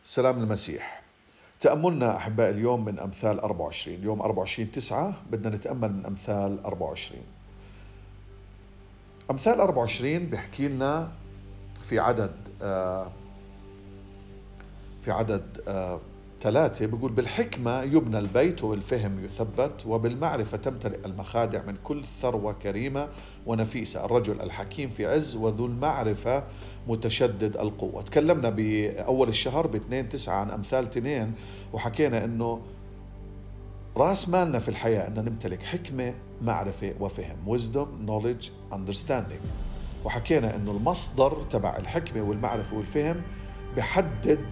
سلام المسيح. تأملنا أحباء اليوم من أمثال 24. يوم 24/9 بدنا نتأمل من أمثال 24. أمثال 24 بيحكي لنا في عدد في عدد 3 بيقول: بالحكمة يبنى البيت وبالفهم يثبت وبالمعرفة تمتلئ المخادع من كل ثروة كريمة ونفيسة. الرجل الحكيم في عز وذو المعرفة متشدد القوة. تكلمنا بأول الشهر ب2/9 عن أمثال 2 وحكينا أنه رأس مالنا في الحياة أن نمتلك حكمة، معرفة وفهم. wisdom, knowledge, understanding. وحكينا أنه المصدر تبع الحكمة والمعرفة والفهم بحدد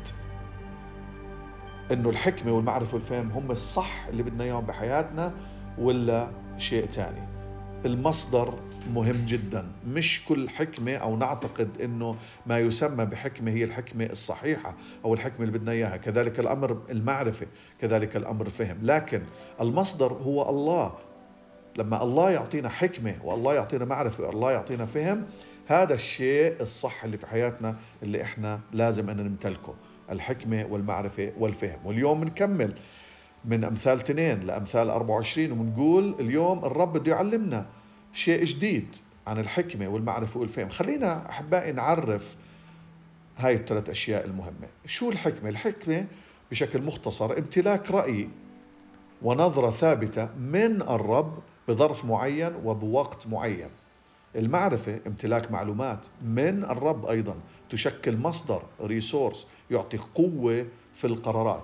انه الحكمة والمعرفة والفهم هم الصح اللي بدنا اياهم بحياتنا ولا شيء تاني. المصدر مهم جدا. مش كل حكمة او نعتقد انه ما يسمى بحكمة هي الحكمة الصحيحة او الحكمة اللي بدنا اياها. كذلك الامر المعرفة، كذلك الامر الفهم، لكن المصدر هو الله. لما الله يعطينا حكمة والله يعطينا معرفة والله يعطينا فهم، هذا الشيء الصح اللي في حياتنا اللي احنا لازم ان نمتلكه، الحكمة والمعرفة والفهم. واليوم بنكمل من أمثال 2 لأمثال 24 وبنقول اليوم الرب بده يعلمنا شيء جديد عن الحكمة والمعرفة والفهم. خلينا أحبائي نعرف هاي الثلاث أشياء المهمة. شو الحكمة؟ الحكمة بشكل مختصر امتلاك رأي ونظرة ثابتة من الرب بظرف معين وبوقت معين. المعرفة امتلاك معلومات من الرب أيضا تشكل مصدر ريسورس يعطي قوة في القرارات.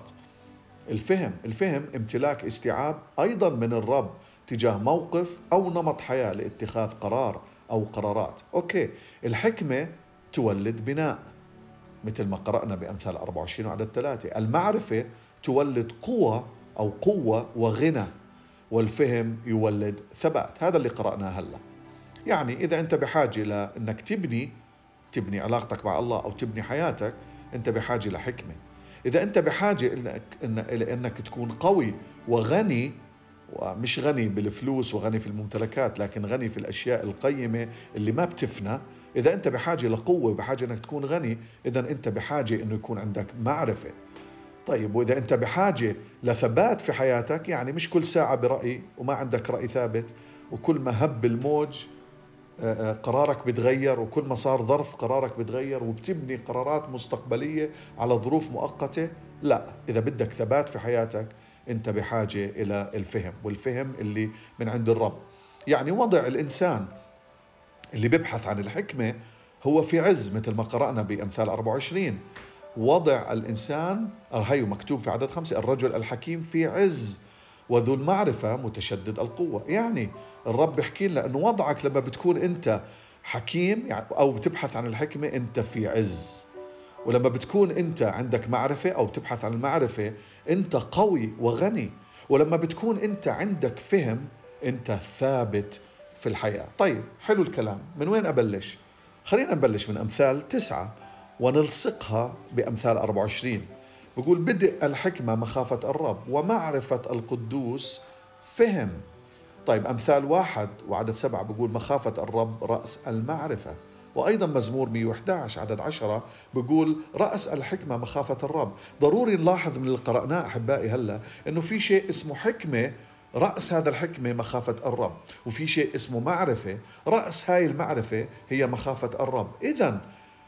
الفهم امتلاك استيعاب أيضا من الرب تجاه موقف أو نمط حياة لاتخاذ قرار أو قرارات. أوكي. الحكمة تولد بناء مثل ما قرأنا بأمثال 24 وعدد 3. المعرفة تولد قوة وغنى، والفهم يولد ثبات. هذا اللي قرأناه هلأ. يعني إذا أنت بحاجة لأنك تبني علاقتك مع الله أو تبني حياتك، أنت بحاجة لحكمة. إذا أنت بحاجة إنك تكون قوي وغني، ومش غني بالفلوس وغني في الممتلكات لكن غني في الأشياء القيمة اللي ما بتفنى، إذا أنت بحاجة لقوة وبحاجة أنك تكون غني، إذا أنت بحاجة إنه يكون عندك معرفة. طيب، وإذا أنت بحاجة لثبات في حياتك، يعني مش كل ساعة برأي وما عندك رأي ثابت، وكل ما هب الموج قرارك بتغير، وكل ما صار ظرف قرارك بتغير، وبتبني قرارات مستقبلية على ظروف مؤقتة. لا، إذا بدك ثبات في حياتك أنت بحاجة إلى الفهم، والفهم اللي من عند الرب. يعني وضع الإنسان اللي بيبحث عن الحكمة هو في عز، مثل ما قرأنا بأمثال 24. وضع الإنسان هي مكتوب في عدد 5: الرجل الحكيم في عز وذو المعرفة متشدد القوة. يعني الرب بيحكي لنا أنه وضعك لما بتكون أنت حكيم يعني أو بتبحث عن الحكمة أنت في عز، ولما بتكون أنت عندك معرفة أو تبحث عن المعرفة أنت قوي وغني، ولما بتكون أنت عندك فهم أنت ثابت في الحياة. طيب، حلو الكلام. من وين أبلش؟ خلينا نبلش من أمثال 9 ونلصقها بأمثال 24. بقول: بدء الحكمة مخافة الرب ومعرفة القدوس فهم. طيب، أمثال 1 وعدد 7 بقول: مخافة الرب رأس المعرفة. وأيضا مزمور 111 عدد 10 بقول: رأس الحكمة مخافة الرب. ضروري نلاحظ من اللي قرأناه أحبائي هلا أنه في شيء اسمه حكمة، رأس هذا الحكمة مخافة الرب، وفي شيء اسمه معرفة، رأس هاي المعرفة هي مخافة الرب. إذن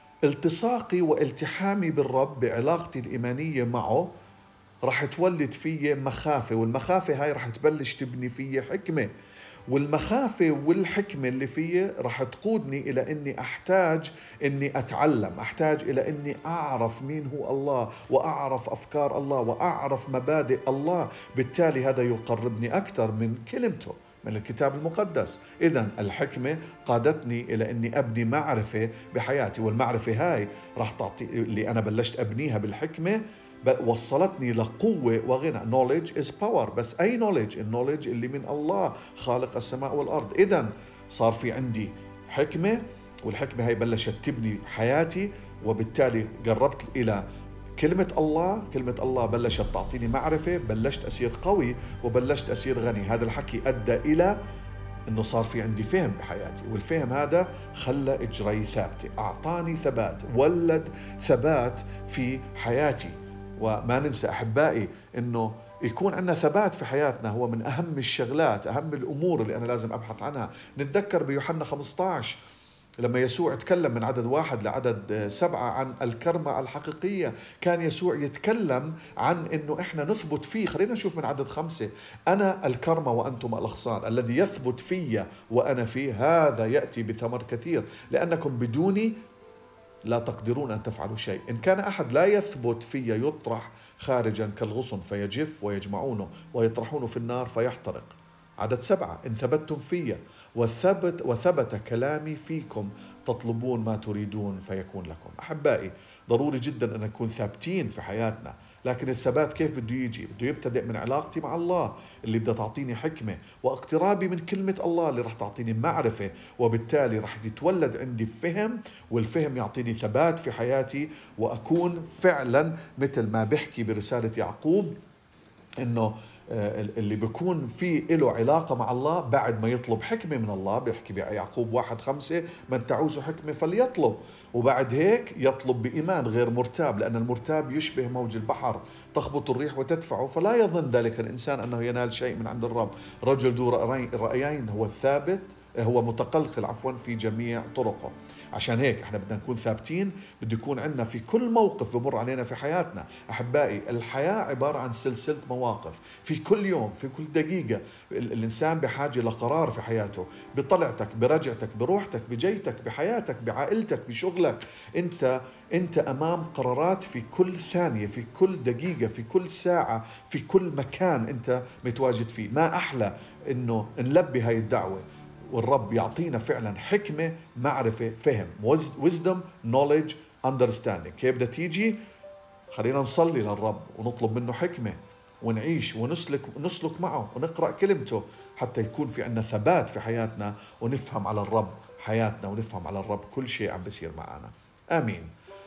التصاقي والتحامي بالرب بعلاقتي الإيمانية معه رح تولد فيه مخافة، والمخافة هاي رح تبلش تبني فيه حكمة، والمخافة والحكمة اللي فيه رح تقودني إلى أني أحتاج أني أتعلم، أحتاج إلى أني أعرف مين هو الله، وأعرف أفكار الله، وأعرف مبادئ الله. بالتالي هذا يقربني أكثر من كلمته، من الكتاب المقدس. إذن الحكمة قادتني إلى أني أبني معرفة بحياتي، والمعرفة هاي رح تعطي اللي أنا بلشت أبنيها بالحكمة وصلتني لقوة وغنى. knowledge is power. بس أي knowledge؟ النوليدج اللي من الله خالق السماء والأرض. إذن صار في عندي حكمة، والحكمة هاي بلشت تبني حياتي، وبالتالي قربت إلى كلمة الله بلشت تعطيني معرفة، بلشت أصير قوي وبلشت أصير غني. هذا الحكي أدى إلى أنه صار في عندي فهم بحياتي، والفهم هذا خلى إجري ثابتة، أعطاني ثبات، ولد ثبات في حياتي. وما ننسى أحبائي أنه يكون عندنا ثبات في حياتنا هو من أهم الشغلات، أهم الأمور اللي أنا لازم أبحث عنها. نتذكر بيوحنا 15 لما يسوع تكلم من عدد 1 لعدد 7 عن الكرمة الحقيقية، كان يسوع يتكلم عن أنه إحنا نثبت فيه. خلينا نشوف من عدد 5: أنا الكرمة وأنتم الأغصان، الذي يثبت في وأنا فيه هذا يأتي بثمر كثير، لأنكم بدوني لا تقدرون أن تفعلوا شيء. إن كان أحد لا يثبت في يطرح خارجا كالغصن فيجف، ويجمعونه ويطرحونه في النار فيحترق. عدد 7: إن ثبتتم في وثبت كلامي فيكم تطلبون ما تريدون فيكون لكم. أحبائي، ضروري جدا أن نكون ثابتين في حياتنا، لكن الثبات كيف بده يجي؟ بده يبتدئ من علاقتي مع الله اللي بدها تعطيني حكمة، واقترابي من كلمة الله اللي رح تعطيني معرفة، وبالتالي رح يتولد عندي فهم، والفهم يعطيني ثبات في حياتي، وأكون فعلا مثل ما بيحكي برسالة يعقوب إنه اللي بيكون في له علاقة مع الله بعد ما يطلب حكمة من الله. بيحكي بيعقوب 1:5: من تعوز حكمة فليطلب، وبعد هيك يطلب بإيمان غير مرتاب، لأن المرتاب يشبه موج البحر تخبط الريح وتدفعه، فلا يظن ذلك الإنسان أنه ينال شيء من عند الرب. رجل ذو رأيين هو الثابت، هو متقلقل في جميع طرقه. عشان هيك احنا بدنا نكون ثابتين، بده يكون عندنا في كل موقف بمر علينا في حياتنا. أحبائي، الحياة عبارة عن سلسلة مواقف، في كل يوم، في كل دقيقة الإنسان بحاجة لقرار في حياته، بطلعتك، برجعتك، بروحتك، بجيتك، بحياتك، بعائلتك، بشغلك. انت أمام قرارات في كل ثانية، في كل دقيقة، في كل ساعة، في كل مكان انت متواجد فيه. ما أحلى إنه نلبي هاي الدعوة، والرب يعطينا فعلا حكمة، معرفة، فهم، wisdom, knowledge, understanding. كيف بدها تيجي؟ خلينا نصلي للرب ونطلب منه حكمة، ونعيش ونسلك معه ونقرأ كلمته، حتى يكون في عنا ثبات في حياتنا، ونفهم على الرب حياتنا، ونفهم على الرب كل شيء عم بيصير معنا. آمين.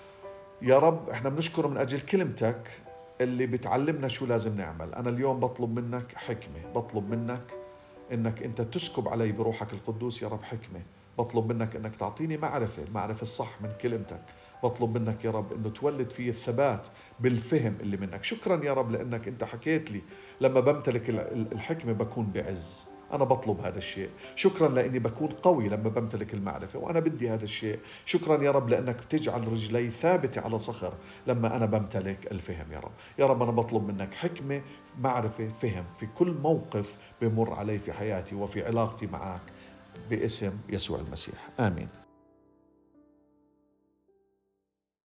يا رب احنا بنشكر من أجل كلمتك اللي بتعلمنا شو لازم نعمل. أنا اليوم بطلب منك حكمة، بطلب منك انك انت تسكب علي بروحك القدوس يا رب حكمة. بطلب منك انك تعطيني معرفة، المعرفة الصح من كلمتك. بطلب منك يا رب انه تولد في الثبات بالفهم اللي منك. شكرا يا رب لانك انت حكيت لي لما بمتلك الحكمة بكون بعز. أنا بطلب هذا الشيء. شكرا لأني بكون قوي لما بمتلك المعرفة، وأنا بدي هذا الشيء. شكرا يا رب لأنك بتجعل رجلي ثابتة على صخر لما أنا بمتلك الفهم. يا رب، يا رب أنا بطلب منك حكمة، معرفة، فهم في كل موقف بمر علي في حياتي وفي علاقتي معك، باسم يسوع المسيح. آمين.